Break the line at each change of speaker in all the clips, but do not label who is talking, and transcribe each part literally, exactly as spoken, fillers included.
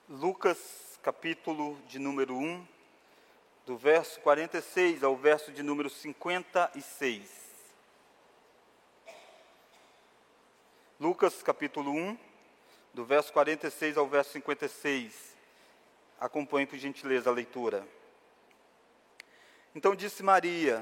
Lucas, capítulo de número um, do verso quarenta e seis ao verso de número cinquenta e seis. Lucas, capítulo um, do verso quarenta e seis ao verso cinquenta e seis. Acompanhe, por gentileza, a leitura. Então disse Maria: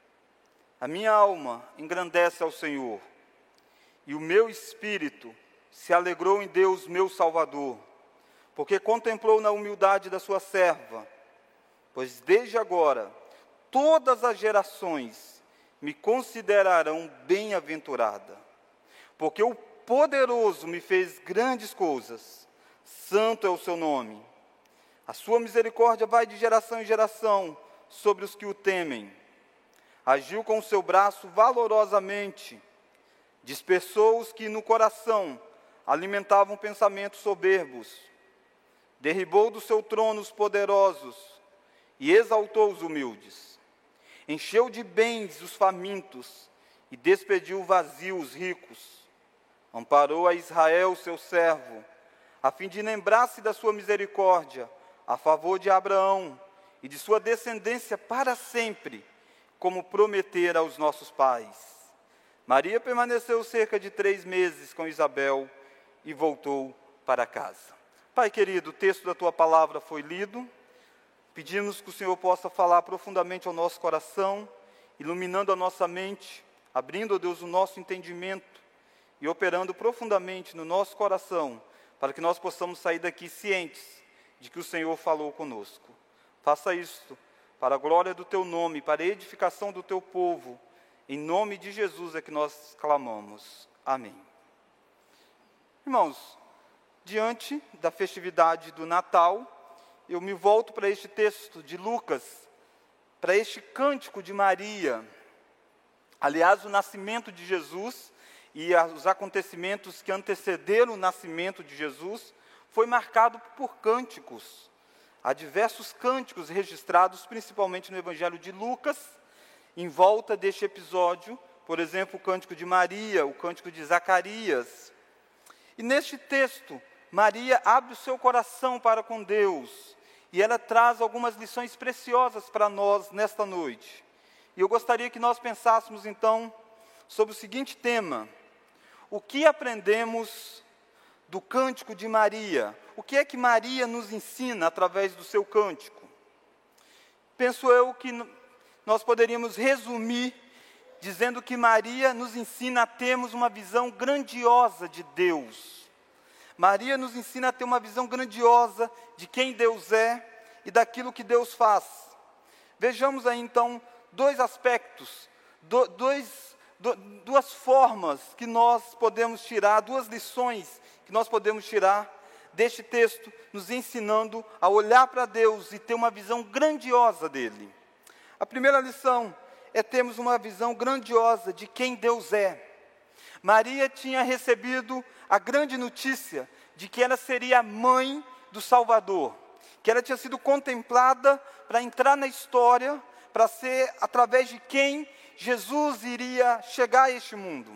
a minha alma engrandece ao Senhor, e o meu espírito se alegrou em Deus, meu Salvador, porque contemplou na humildade da sua serva. Pois desde agora todas as gerações me considerarão bem-aventurada, porque o poderoso me fez grandes coisas, santo é o seu nome. A sua misericórdia vai de geração em geração sobre os que o temem. Agiu com o seu braço valorosamente, dispersou os que no coração alimentavam pensamentos soberbos, derribou do seu trono os poderosos e exaltou os humildes. Encheu de bens os famintos e despediu vazios os ricos. Amparou a Israel, seu servo, a fim de lembrar-se da sua misericórdia a favor de Abraão e de sua descendência para sempre, como prometera aos nossos pais. Maria permaneceu cerca de três meses com Isabel e voltou para casa. Pai querido, o texto da Tua palavra foi lido. Pedimos que o Senhor possa falar profundamente ao nosso coração, iluminando a nossa mente, abrindo, ó Deus, o nosso entendimento e operando profundamente no nosso coração, para que nós possamos sair daqui cientes de que o Senhor falou conosco. Faça isto para a glória do Teu nome, para a edificação do Teu povo. Em nome de Jesus é que nós clamamos. Amém. Irmãos, diante da festividade do Natal, eu me volto para este texto de Lucas, para este cântico de Maria. Aliás, o nascimento de Jesus e os acontecimentos que antecederam o nascimento de Jesus foi marcado por cânticos. Há diversos cânticos registrados, principalmente no Evangelho de Lucas, em volta deste episódio. Por exemplo, o cântico de Maria, o cântico de Zacarias. E neste texto, Maria abre o seu coração para com Deus, e ela traz algumas lições preciosas para nós nesta noite. E eu gostaria que nós pensássemos então sobre o seguinte tema: o que aprendemos do cântico de Maria? O que é que Maria nos ensina através do seu cântico? Penso eu que nós poderíamos resumir dizendo que Maria nos ensina a termos uma visão grandiosa de Deus. Maria nos ensina a ter uma visão grandiosa de quem Deus é e daquilo que Deus faz. Vejamos aí então dois aspectos, do, dois, do, duas formas que nós podemos tirar, duas lições que nós podemos tirar deste texto, nos ensinando a olhar para Deus e ter uma visão grandiosa dele. A primeira lição é termos uma visão grandiosa de quem Deus é. Maria tinha recebido a grande notícia de que ela seria a mãe do Salvador, que ela tinha sido contemplada para entrar na história, para ser através de quem Jesus iria chegar a este mundo.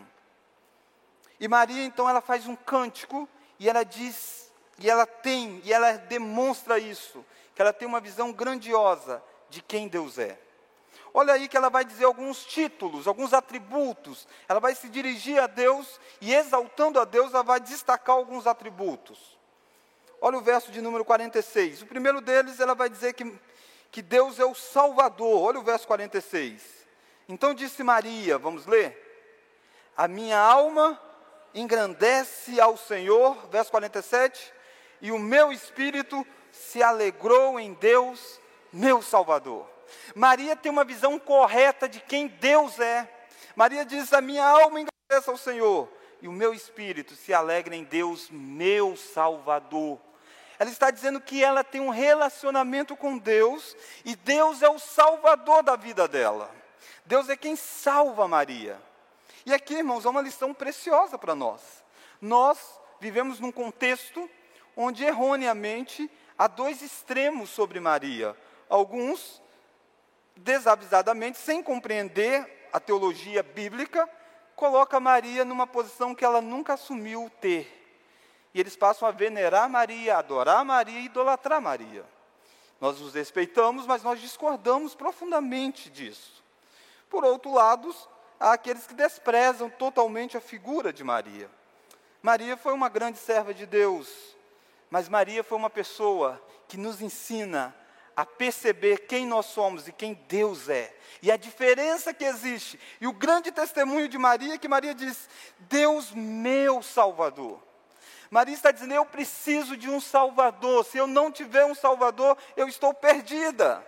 E Maria, então, ela faz um cântico, e ela diz, e ela tem, e ela demonstra isso, que ela tem uma visão grandiosa de quem Deus é. Olha aí que ela vai dizer alguns títulos, alguns atributos. Ela vai se dirigir a Deus e, exaltando a Deus, ela vai destacar alguns atributos. Olha o verso de número quarenta e seis. O primeiro deles, ela vai dizer que, que Deus é o Salvador. Olha o verso quarenta e seis. Então disse Maria, vamos ler? A minha alma engrandece ao Senhor, verso quarenta e sete, e o meu espírito se alegrou em Deus, meu Salvador. Maria tem uma visão correta de quem Deus é. Maria diz: a minha alma engrandece ao Senhor, e o meu espírito se alegra em Deus, meu Salvador. Ela está dizendo que ela tem um relacionamento com Deus, e Deus é o Salvador da vida dela. Deus é quem salva Maria. E aqui, irmãos, há uma lição preciosa para nós. Nós vivemos num contexto onde, erroneamente, há dois extremos sobre Maria. Alguns, desavisadamente, sem compreender a teologia bíblica, coloca Maria numa posição que ela nunca assumiu ter, E eles passam a venerar Maria, adorar Maria e idolatrar Maria. Nós os respeitamos, mas nós discordamos profundamente disso. Por outro lado, há aqueles que desprezam totalmente a figura de Maria. Maria foi uma grande serva de Deus, mas Maria foi uma pessoa que nos ensina a perceber quem nós somos e quem Deus é. E a diferença que existe. E o grande testemunho de Maria é que Maria diz: Deus meu Salvador. Maria está dizendo: eu preciso de um Salvador. Se eu não tiver um Salvador, eu estou perdida.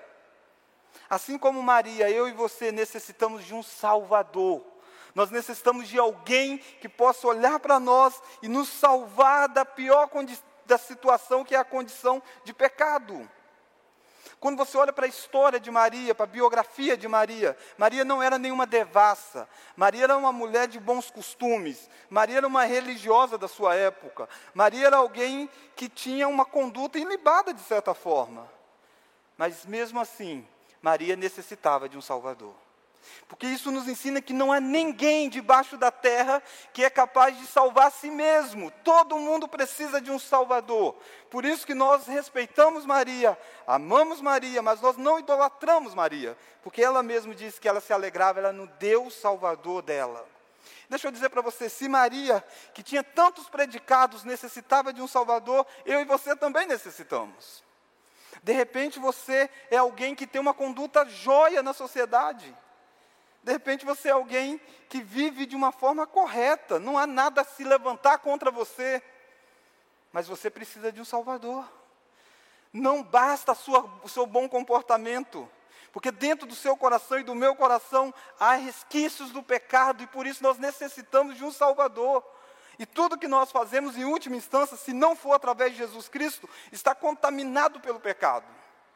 Assim como Maria, eu e você necessitamos de um Salvador. Nós necessitamos de alguém que possa olhar para nós e nos salvar da pior condição, da situação, que é a condição de pecado. Quando você olha para a história de Maria, para a biografia de Maria, Maria não era nenhuma devassa. Maria era uma mulher de bons costumes. Maria era uma religiosa da sua época. Maria era alguém que tinha uma conduta ilibada, de certa forma. Mas mesmo assim, Maria necessitava de um Salvador. Porque isso nos ensina que não há ninguém debaixo da terra que é capaz de salvar a si mesmo. Todo mundo precisa de um Salvador. Por isso que nós respeitamos Maria, amamos Maria, mas nós não idolatramos Maria. Porque ela mesma disse que ela se alegrava, ela no Deus Salvador dela. Deixa eu dizer para você, se Maria, que tinha tantos predicados, necessitava de um Salvador, eu e você também necessitamos. De repente você é alguém que tem uma conduta jóia na sociedade. De repente você é alguém que vive de uma forma correta, não há nada a se levantar contra você, mas você precisa de um Salvador. Não basta a sua, o seu bom comportamento, porque dentro do seu coração e do meu coração há resquícios do pecado, e por isso nós necessitamos de um Salvador. E tudo que nós fazemos, em última instância, se não for através de Jesus Cristo, está contaminado pelo pecado.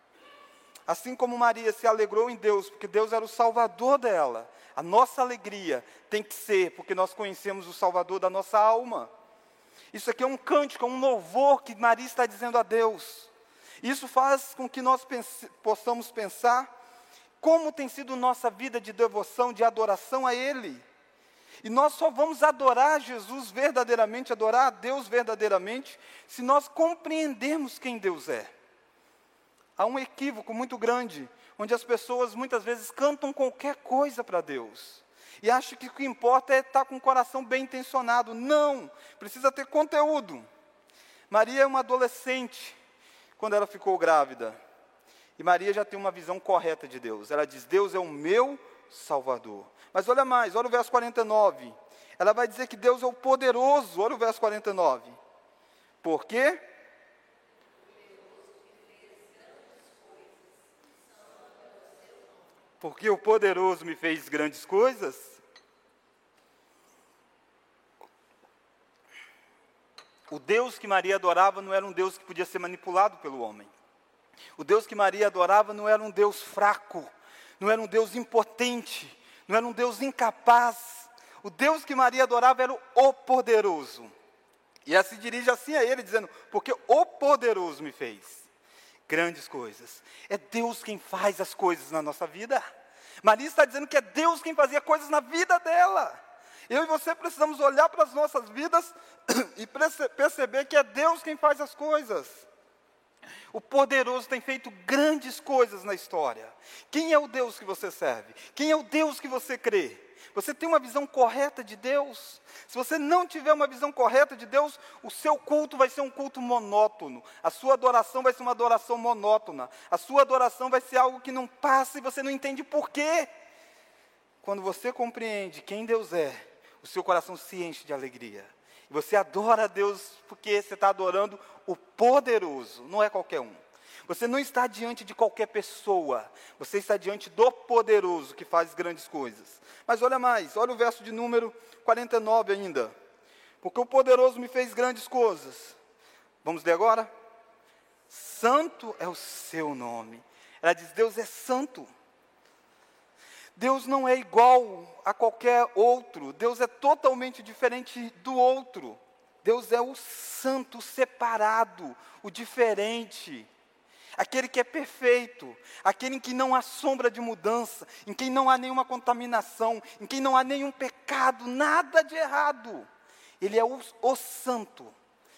Assim como Maria se alegrou em Deus, porque Deus era o Salvador dela, a nossa alegria tem que ser, porque nós conhecemos o Salvador da nossa alma. Isso aqui é um cântico, é um louvor que Maria está dizendo a Deus. Isso faz com que nós pense, possamos pensar como tem sido nossa vida de devoção, de adoração a Ele. E nós só vamos adorar Jesus verdadeiramente, adorar a Deus verdadeiramente, se nós compreendermos quem Deus é. Há um equívoco muito grande, onde as pessoas muitas vezes cantam qualquer coisa para Deus. E acham que o que importa é estar com o coração bem intencionado. Não, precisa ter conteúdo. Maria é uma adolescente, quando ela ficou grávida. E Maria já tem uma visão correta de Deus. Ela diz: Deus é o meu Salvador. Mas olha mais, olha o verso quarenta e nove. Ela vai dizer que Deus é o poderoso. Olha o verso quarenta e nove. Por quê? Porque o poderoso me fez grandes coisas. O Deus que Maria adorava não era um Deus que podia ser manipulado pelo homem. O Deus que Maria adorava não era um Deus fraco, não era um Deus impotente, não era um Deus incapaz. O Deus que Maria adorava era o poderoso. E ela se dirige assim a ele, dizendo: porque o poderoso me fez grandes coisas. É Deus quem faz as coisas na nossa vida. Maria está dizendo que é Deus quem fazia coisas na vida dela. Eu e você precisamos olhar para as nossas vidas e perceber que é Deus quem faz as coisas. O poderoso tem feito grandes coisas na história. Quem é o Deus que você serve? Quem é o Deus que você crê? Você tem uma visão correta de Deus? Se você não tiver uma visão correta de Deus, o seu culto vai ser um culto monótono. A sua adoração vai ser uma adoração monótona. A sua adoração vai ser algo que não passa e você não entende por quê. Quando você compreende quem Deus é, o seu coração se enche de alegria. E você adora a Deus porque você está adorando o poderoso, não é qualquer um. Você não está diante de qualquer pessoa, você está diante do poderoso que faz grandes coisas. Mas olha mais, olha o verso de número quarenta e nove ainda. Porque o poderoso me fez grandes coisas. Vamos ler agora? Santo é o seu nome. Ela diz: Deus é santo. Deus não é igual a qualquer outro. Deus é totalmente diferente do outro. Deus é o santo, o separado, o diferente. Aquele que é perfeito, aquele em que não há sombra de mudança, em quem não há nenhuma contaminação, em quem não há nenhum pecado, nada de errado. Ele é o, o santo.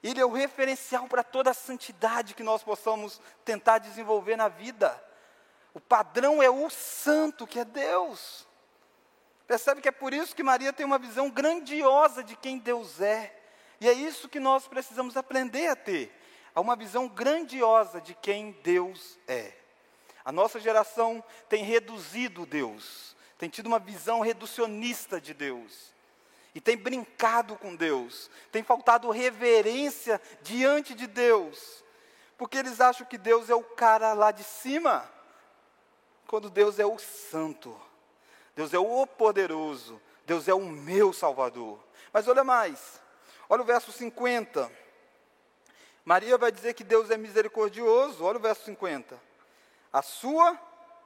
Ele é o referencial para toda a santidade que nós possamos tentar desenvolver na vida. O padrão é o santo, que é Deus. Percebe que é por isso que Maria tem uma visão grandiosa de quem Deus é. E é isso que nós precisamos aprender a ter. Há uma visão grandiosa de quem Deus é. A nossa geração tem reduzido Deus, tem tido uma visão reducionista de Deus, e tem brincado com Deus, tem faltado reverência diante de Deus, porque eles acham que Deus é o cara lá de cima, quando Deus é o santo, Deus é o poderoso, Deus é o meu Salvador. Mas olha mais, olha o verso cinquenta, Maria vai dizer que Deus é misericordioso, olha o verso cinquenta, a sua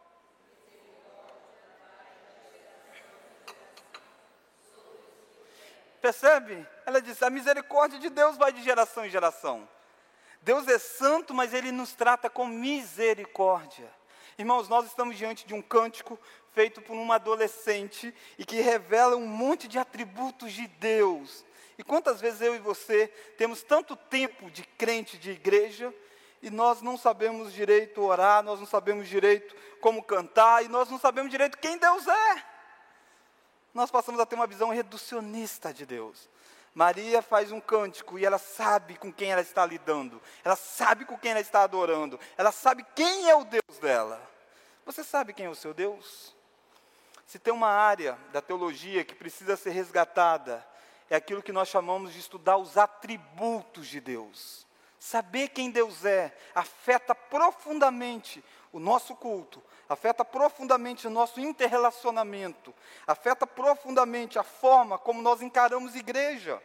percebe? Ela diz, a misericórdia de Deus vai de geração em geração. Deus é santo, mas Ele nos trata com misericórdia. Irmãos, nós estamos diante de um cântico feito por uma adolescente e que revela um monte de atributos de Deus. E quantas vezes eu e você temos tanto tempo de crente de igreja e nós não sabemos direito orar, nós não sabemos direito como cantar e nós não sabemos direito quem Deus é. Nós passamos a ter uma visão reducionista de Deus. Maria faz um cântico e ela sabe com quem ela está lidando. Ela sabe com quem ela está adorando. Ela sabe quem é o Deus dela. Você sabe quem é o seu Deus? Se tem uma área da teologia que precisa ser resgatada, é aquilo que nós chamamos de estudar os atributos de Deus. Saber quem Deus é afeta profundamente o nosso culto, afeta profundamente o nosso interrelacionamento, afeta profundamente a forma como nós encaramos igreja.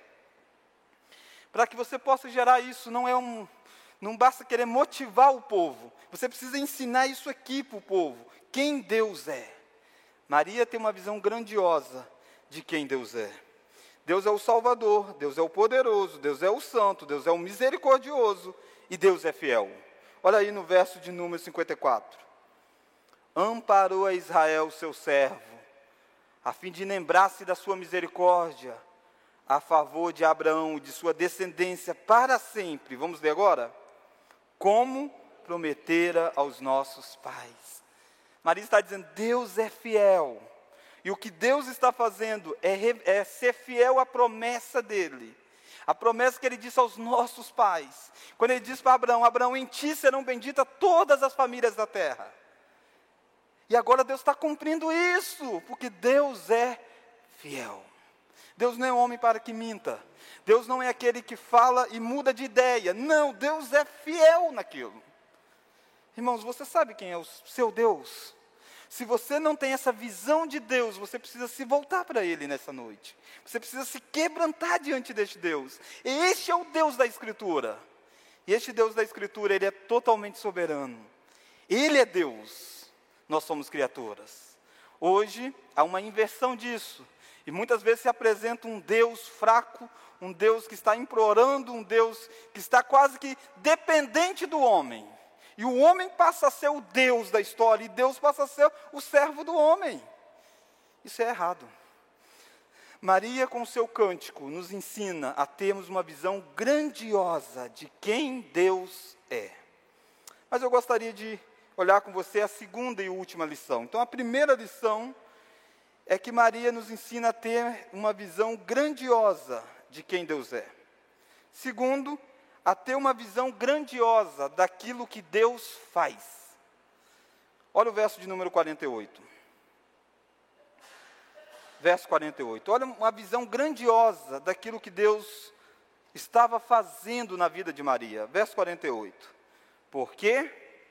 Para que você possa gerar isso, não é um, não basta querer motivar o povo, você precisa ensinar isso aqui para o povo, quem Deus é. Maria tem uma visão grandiosa de quem Deus é. Deus é o Salvador, Deus é o poderoso, Deus é o santo, Deus é o misericordioso e Deus é fiel. Olha aí no verso de número cinquenta e quatro. Amparou a Israel, seu servo, a fim de lembrar-se da sua misericórdia, a favor de Abraão e de sua descendência para sempre. Vamos ler agora? Como prometera aos nossos pais. Maria está dizendo, Deus é fiel. E o que Deus está fazendo é, é ser fiel à promessa dEle. A promessa que Ele disse aos nossos pais. Quando Ele disse para Abraão, Abraão, em ti serão benditas todas as famílias da terra. E agora Deus está cumprindo isso, porque Deus é fiel. Deus não é homem para que minta. Deus não é aquele que fala e muda de ideia. Não, Deus é fiel naquilo. Irmãos, você sabe quem é o seu Deus? Se você não tem essa visão de Deus, você precisa se voltar para Ele nessa noite. Você precisa se quebrantar diante deste Deus. E este é o Deus da Escritura. E este Deus da Escritura, Ele é totalmente soberano. Ele é Deus. Nós somos criaturas. Hoje, há uma inversão disso. E muitas vezes se apresenta um Deus fraco, um Deus que está implorando, um Deus que está quase que dependente do homem. E o homem passa a ser o Deus da história, e Deus passa a ser o servo do homem. Isso é errado. Maria, com o seu cântico, nos ensina a termos uma visão grandiosa de quem Deus é. Mas eu gostaria de olhar com você a segunda e última lição. Então, a primeira lição é que Maria nos ensina a ter uma visão grandiosa de quem Deus é. Segundo, a ter uma visão grandiosa daquilo que Deus faz. Olha o verso de número quarenta e oito. Verso quarenta e oito. Olha uma visão grandiosa daquilo que Deus estava fazendo na vida de Maria. Verso quarenta e oito. Por quê?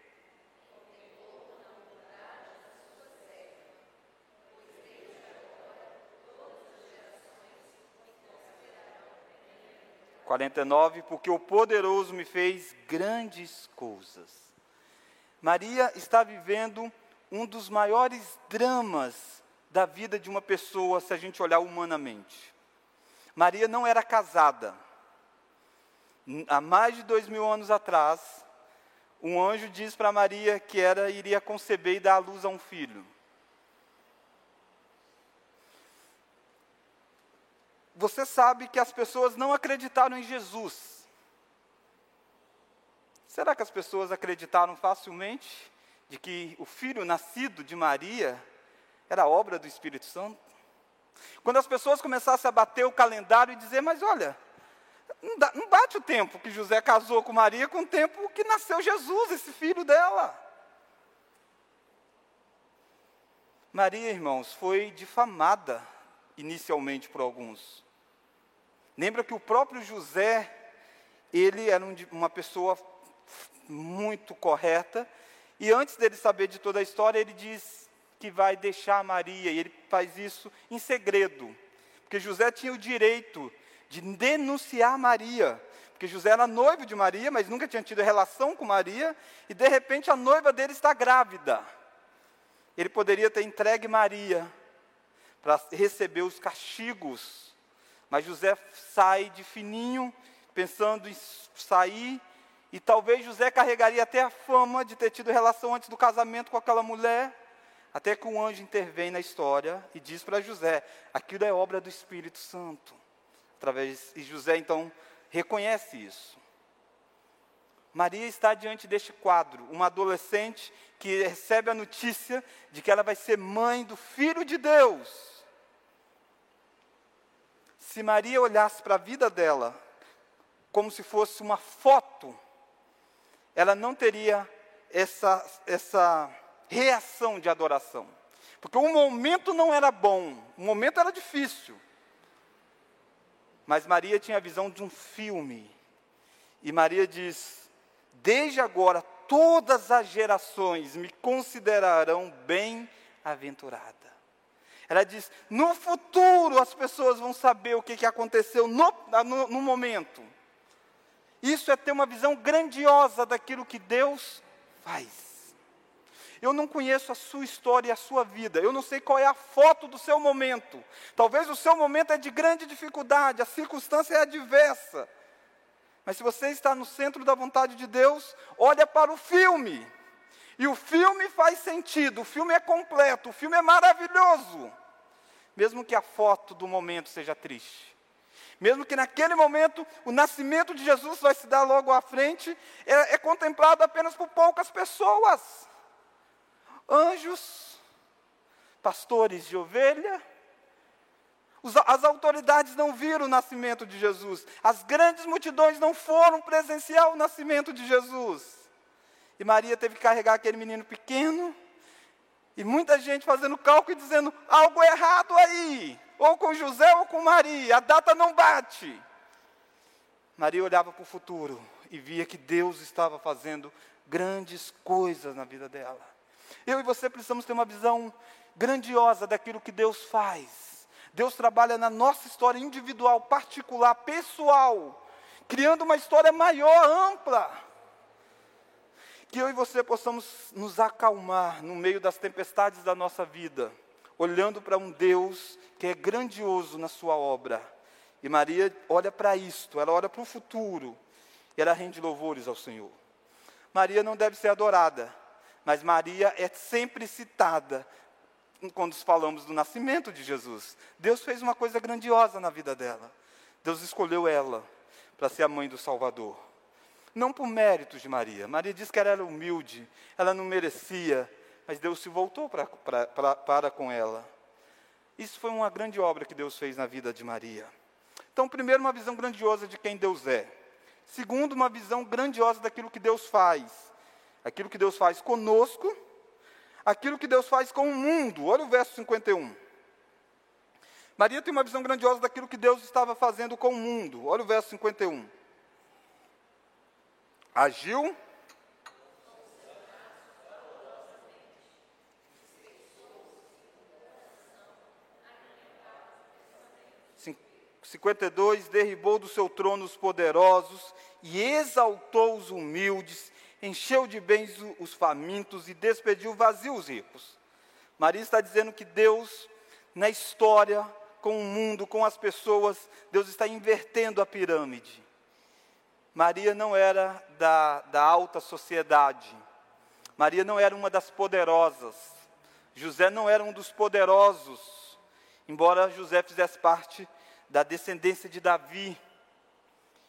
quarenta e nove, porque o poderoso me fez grandes coisas. Maria está vivendo um dos maiores dramas da vida de uma pessoa, se a gente olhar humanamente. Maria não era casada. Há mais de dois mil anos atrás, um anjo diz para Maria que ela iria conceber e dar à luz a um filho. Você sabe que as pessoas não acreditaram em Jesus. Será que as pessoas acreditaram facilmente de que o filho nascido de Maria era obra do Espírito Santo? Quando as pessoas começassem a bater o calendário e dizer, mas olha, não, dá, não bate o tempo que José casou com Maria com o tempo que nasceu Jesus, esse filho dela. Maria, irmãos, foi difamada inicialmente por alguns. Lembra que o próprio José, ele era um, uma pessoa muito correta, e antes dele saber de toda a história, ele diz que vai deixar Maria, e ele faz isso em segredo, porque José tinha o direito de denunciar Maria, porque José era noivo de Maria, mas nunca tinha tido relação com Maria, e de repente a noiva dele está grávida. Ele poderia ter entregue Maria para receber os castigos, mas José sai de fininho, pensando em sair, e talvez José carregaria até a fama de ter tido relação antes do casamento com aquela mulher, até que um anjo intervém na história e diz para José, aquilo é obra do Espírito Santo. Através, e José então reconhece isso. Maria está diante deste quadro, uma adolescente que recebe a notícia de que ela vai ser mãe do Filho de Deus. Se Maria olhasse para a vida dela como se fosse uma foto, ela não teria essa, essa reação de adoração. Porque o momento não era bom, o momento era difícil. Mas Maria tinha a visão de um filme. E Maria diz, desde agora todas as gerações me considerarão bem-aventurada. Ela diz, no futuro as pessoas vão saber o que, que aconteceu no, no, no momento. Isso é ter uma visão grandiosa daquilo que Deus faz. Eu não conheço a sua história e a sua vida. Eu não sei qual é a foto do seu momento. Talvez o seu momento é de grande dificuldade, a circunstância é adversa. Mas se você está no centro da vontade de Deus, olha para o filme. E o filme faz sentido, o filme é completo, o filme é maravilhoso. Mesmo que a foto do momento seja triste. Mesmo que naquele momento o nascimento de Jesus vai se dar logo à frente, é, é contemplado apenas por poucas pessoas. Anjos, pastores de ovelha. Os, as autoridades não viram o nascimento de Jesus. As grandes multidões não foram presenciar o nascimento de Jesus. E Maria teve que carregar aquele menino pequeno. E muita gente fazendo cálculo e dizendo, algo errado aí. Ou com José ou com Maria, a data não bate. Maria olhava para o futuro e via que Deus estava fazendo grandes coisas na vida dela. Eu e você precisamos ter uma visão grandiosa daquilo que Deus faz. Deus trabalha na nossa história individual, particular, pessoal, criando uma história maior, ampla. Que eu e você possamos nos acalmar no meio das tempestades da nossa vida, olhando para um Deus que é grandioso na sua obra. E Maria olha para isto, ela olha para o futuro, e ela rende louvores ao Senhor. Maria não deve ser adorada, mas Maria é sempre citada quando falamos do nascimento de Jesus. Deus fez uma coisa grandiosa na vida dela. Deus escolheu ela para ser a mãe do Salvador. Não por méritos de Maria. Maria diz que ela era humilde, ela não merecia, mas Deus se voltou pra, pra, pra, para com ela. Isso foi uma grande obra que Deus fez na vida de Maria. Então, primeiro, uma visão grandiosa de quem Deus é. Segundo, uma visão grandiosa daquilo que Deus faz. Aquilo que Deus faz conosco, aquilo que Deus faz com o mundo. Olha o verso cinquenta e um. Maria tem uma visão grandiosa daquilo que Deus estava fazendo com o mundo. Olha o verso cinquenta e um. Agiu cinquenta e dois, derribou do seu trono os poderosos e exaltou os humildes, encheu de bens os famintos e despediu vazios os ricos. Maria está dizendo que Deus, na história, com o mundo, com as pessoas, Deus está invertendo a pirâmide. Maria não era da, da alta sociedade. Maria não era uma das poderosas. José não era um dos poderosos, embora José fizesse parte da descendência de Davi.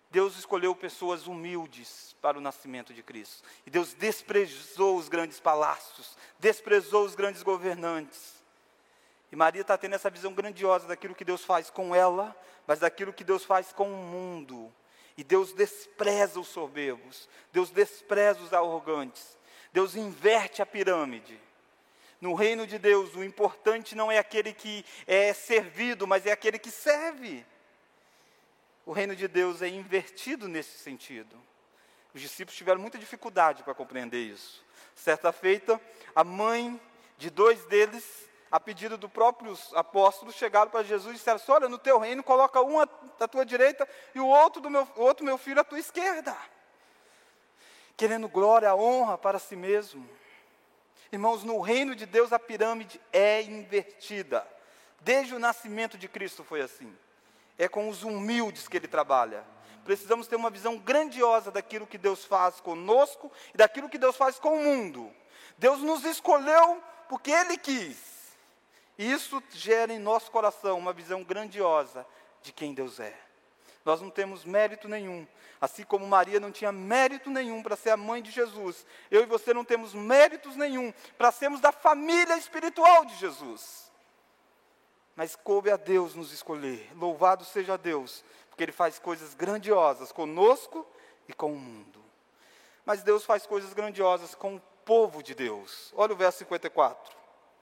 Deus escolheu pessoas humildes para o nascimento de Cristo. E Deus desprezou os grandes palácios, desprezou os grandes governantes. E Maria está tendo essa visão grandiosa daquilo que Deus faz com ela, mas daquilo que Deus faz com o mundo. E Deus despreza os soberbos, Deus despreza os arrogantes, Deus inverte a pirâmide. No reino de Deus, o importante não é aquele que é servido, mas é aquele que serve. O reino de Deus é invertido nesse sentido. Os discípulos tiveram muita dificuldade para compreender isso. Certa feita, a mãe de dois deles, a pedido dos próprios apóstolos, chegaram para Jesus e disseram assim: olha, no teu reino coloca um à tua direita e o outro, do meu, o outro meu filho à tua esquerda. Querendo glória, honra para si mesmo. Irmãos, no reino de Deus a pirâmide é invertida. Desde o nascimento de Cristo foi assim. É com os humildes que Ele trabalha. Precisamos ter uma visão grandiosa daquilo que Deus faz conosco e daquilo que Deus faz com o mundo. Deus nos escolheu porque Ele quis. E isso gera em nosso coração uma visão grandiosa de quem Deus é. Nós não temos mérito nenhum. Assim como Maria não tinha mérito nenhum para ser a mãe de Jesus, eu e você não temos méritos nenhum para sermos da família espiritual de Jesus. Mas coube a Deus nos escolher. Louvado seja Deus, porque Ele faz coisas grandiosas conosco e com o mundo. Mas Deus faz coisas grandiosas com o povo de Deus. Olha o verso cinquenta e quatro.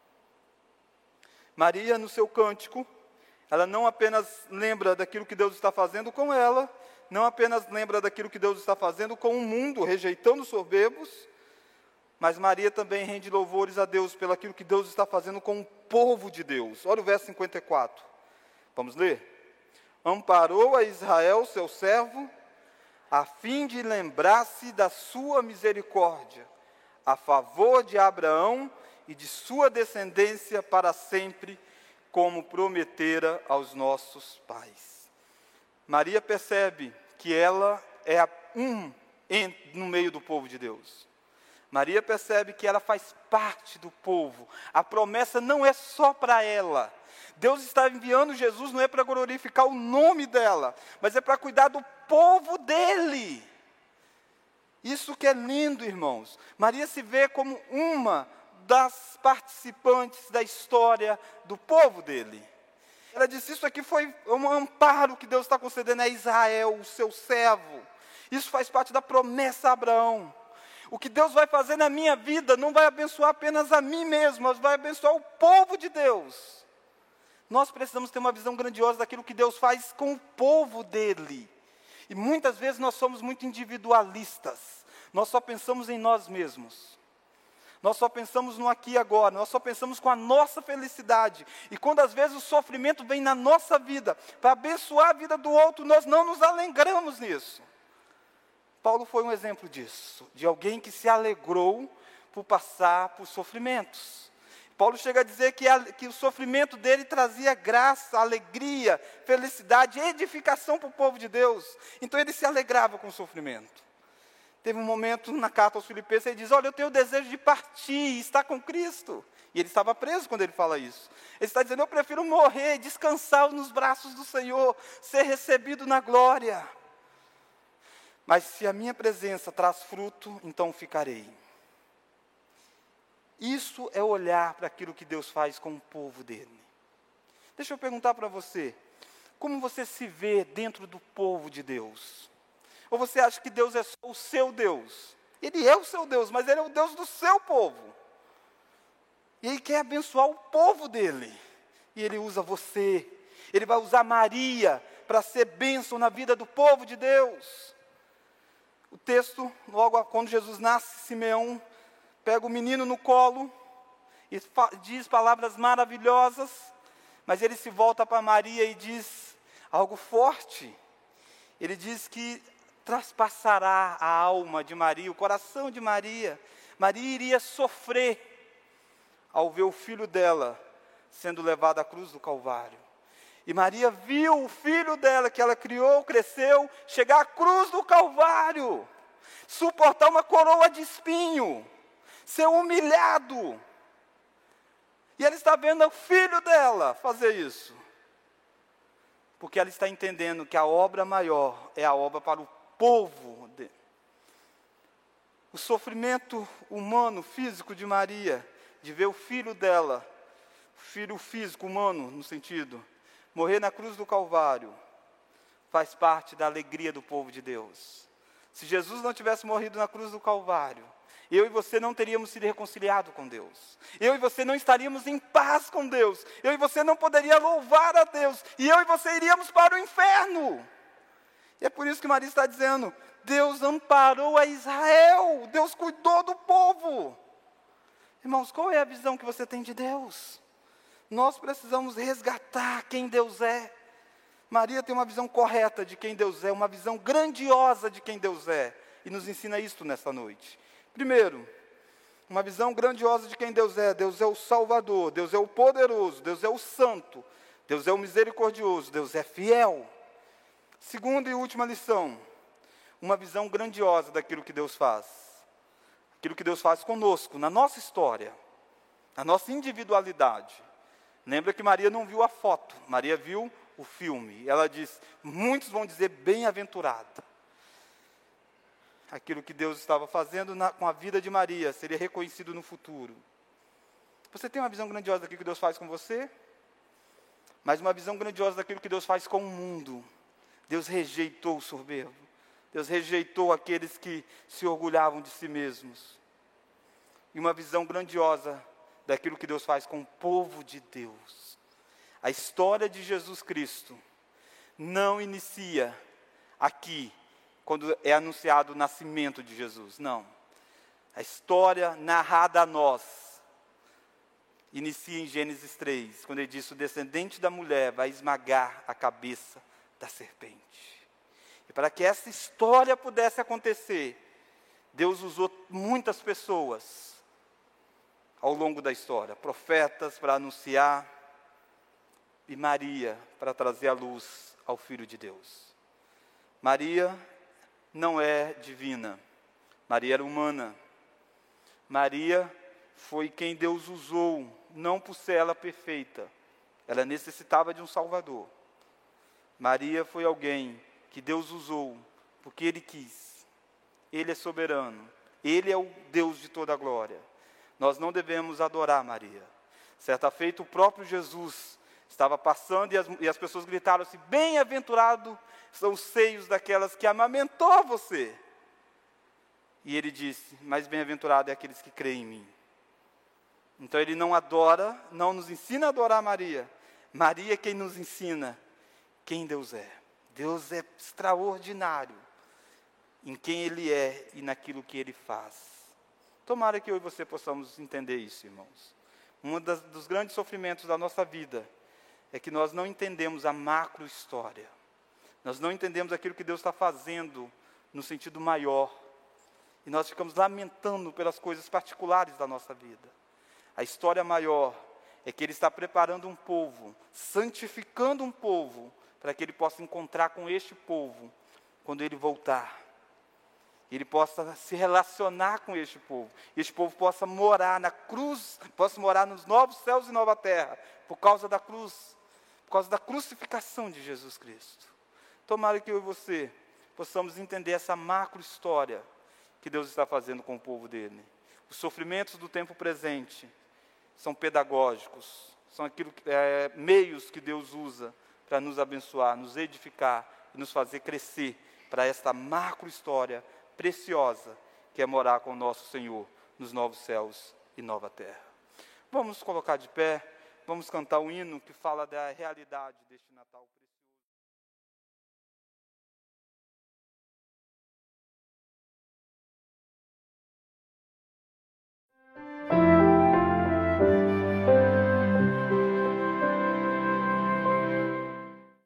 Maria, no seu cântico, ela não apenas lembra daquilo que Deus está fazendo com ela, não apenas lembra daquilo que Deus está fazendo com o mundo, rejeitando os soberbos, mas Maria também rende louvores a Deus pelo aquilo que Deus está fazendo com o povo de Deus. Olha o verso cinquenta e quatro. Vamos ler? Amparou a Israel, seu servo, a fim de lembrar-se da sua misericórdia, a favor de Abraão e de sua descendência para sempre, como prometera aos nossos pais. Maria percebe que ela é um no meio do povo de Deus. Maria percebe que ela faz parte do povo. A promessa não é só para ela. Deus está enviando Jesus, não é para glorificar o nome dela, mas é para cuidar do povo dele. Isso que é lindo, irmãos. Maria se vê como uma das participantes da história do povo dele. Ela disse: isso aqui foi um amparo que Deus está concedendo a Israel, o seu servo. Isso faz parte da promessa a Abraão. O que Deus vai fazer na minha vida não vai abençoar apenas a mim mesmo, mas vai abençoar o povo de Deus. Nós precisamos ter uma visão grandiosa daquilo que Deus faz com o povo dele. E muitas vezes nós somos muito individualistas. Nós só pensamos em nós mesmos. Nós só pensamos no aqui e agora, nós só pensamos com a nossa felicidade. E quando às vezes o sofrimento vem na nossa vida, para abençoar a vida do outro, nós não nos alegramos nisso. Paulo foi um exemplo disso, de alguém que se alegrou por passar por sofrimentos. Paulo chega a dizer que, a, que o sofrimento dele trazia graça, alegria, felicidade, edificação para o povo de Deus. Então ele se alegrava com o sofrimento. Teve um momento na carta aos Filipenses, ele diz: olha, eu tenho o desejo de partir e estar com Cristo. E ele estava preso quando ele fala isso. Ele está dizendo: eu prefiro morrer, descansar nos braços do Senhor, ser recebido na glória. Mas se a minha presença traz fruto, então ficarei. Isso é olhar para aquilo que Deus faz com o povo dele. Deixa eu perguntar para você, como você se vê dentro do povo de Deus? Ou você acha que Deus é só o seu Deus? Ele é o seu Deus, mas Ele é o Deus do seu povo. E Ele quer abençoar o povo dele. E Ele usa você. Ele vai usar Maria para ser bênção na vida do povo de Deus. O texto, logo quando Jesus nasce, Simeão pega o menino no colo e diz palavras maravilhosas, mas ele se volta para Maria e diz algo forte. Ele diz que traspassará a alma de Maria, o coração de Maria. Maria iria sofrer ao ver o filho dela sendo levado à cruz do Calvário. E Maria viu o filho dela, que ela criou, cresceu, chegar à cruz do Calvário, suportar uma coroa de espinho, ser humilhado. E ela está vendo o filho dela fazer isso. porque ela está entendendo que a obra maior é a obra para o povo dele. O sofrimento humano, físico de Maria, de ver o filho dela, filho físico, humano, no sentido, morrer na cruz do Calvário, faz parte da alegria do povo de Deus. Se Jesus não tivesse morrido na cruz do Calvário, eu e você não teríamos sido reconciliados com Deus. Eu e você não estaríamos em paz com Deus. Eu e você não poderíamos louvar a Deus. E eu e você iríamos para o inferno. E é por isso que Maria está dizendo, Deus amparou a Israel. Deus cuidou do povo. Irmãos, qual é a visão que você tem de Deus? Nós precisamos resgatar quem Deus é. Maria tem uma visão correta de quem Deus é, uma visão grandiosa de quem Deus é. E nos ensina isto nesta noite. Primeiro, uma visão grandiosa de quem Deus é. Deus é o Salvador, Deus é o poderoso, Deus é o santo, Deus é o misericordioso, Deus é fiel. Segunda e última lição, uma visão grandiosa daquilo que Deus faz. Aquilo que Deus faz conosco, na nossa história, na nossa individualidade. Lembra que Maria não viu a foto, Maria viu o filme. Ela diz, muitos vão dizer bem-aventurada. Aquilo que Deus estava fazendo na, com a vida de Maria seria reconhecido no futuro. Você tem uma visão grandiosa daquilo que Deus faz com você? Mas uma visão grandiosa daquilo que Deus faz com o mundo. Deus rejeitou o soberbo. Deus rejeitou aqueles que se orgulhavam de si mesmos. E uma visão grandiosa daquilo que Deus faz com o povo de Deus. A história de Jesus Cristo não inicia aqui, quando é anunciado o nascimento de Jesus, não. A história narrada a nós inicia em Gênesis três, quando ele diz, o descendente da mulher vai esmagar a cabeça da serpente. E para que essa história pudesse acontecer, Deus usou muitas pessoas ao longo da história, profetas para anunciar, e Maria para trazer a luz ao Filho de Deus. Maria não é divina, Maria era humana. Maria foi quem Deus usou, não por ser ela perfeita, ela necessitava de um Salvador. Maria foi alguém que Deus usou, porque Ele quis. Ele é soberano, Ele é o Deus de toda a glória. Nós não devemos adorar Maria. Certa feita, o próprio Jesus estava passando e as, e as pessoas gritaram assim, bem-aventurado são os seios daquelas que amamentou você. E ele disse, mas bem-aventurado é aqueles que creem em mim. Então ele não adora, não nos ensina a adorar Maria. Maria é quem nos ensina quem Deus é. Deus é extraordinário em quem Ele é e naquilo que Ele faz. Tomara que eu e você possamos entender isso, irmãos. Um das, dos grandes sofrimentos da nossa vida é que nós não entendemos a macro história. Nós não entendemos aquilo que Deus está fazendo no sentido maior. E nós ficamos lamentando pelas coisas particulares da nossa vida. A história maior é que Ele está preparando um povo, santificando um povo, para que Ele possa encontrar com este povo, quando Ele voltar. Ele possa se relacionar com este povo. E este povo possa morar na cruz, possa morar nos novos céus e nova terra, por causa da cruz, por causa da crucificação de Jesus Cristo. Tomara que eu e você possamos entender essa macro história que Deus está fazendo com o povo dele. Os sofrimentos do tempo presente são pedagógicos, são aquilo que, é, meios que Deus usa para nos abençoar, nos edificar e nos fazer crescer para esta macro história preciosa que é morar com o nosso Senhor nos novos céus e nova terra. Vamos nos colocar de pé, vamos cantar um hino que fala da realidade deste Natal.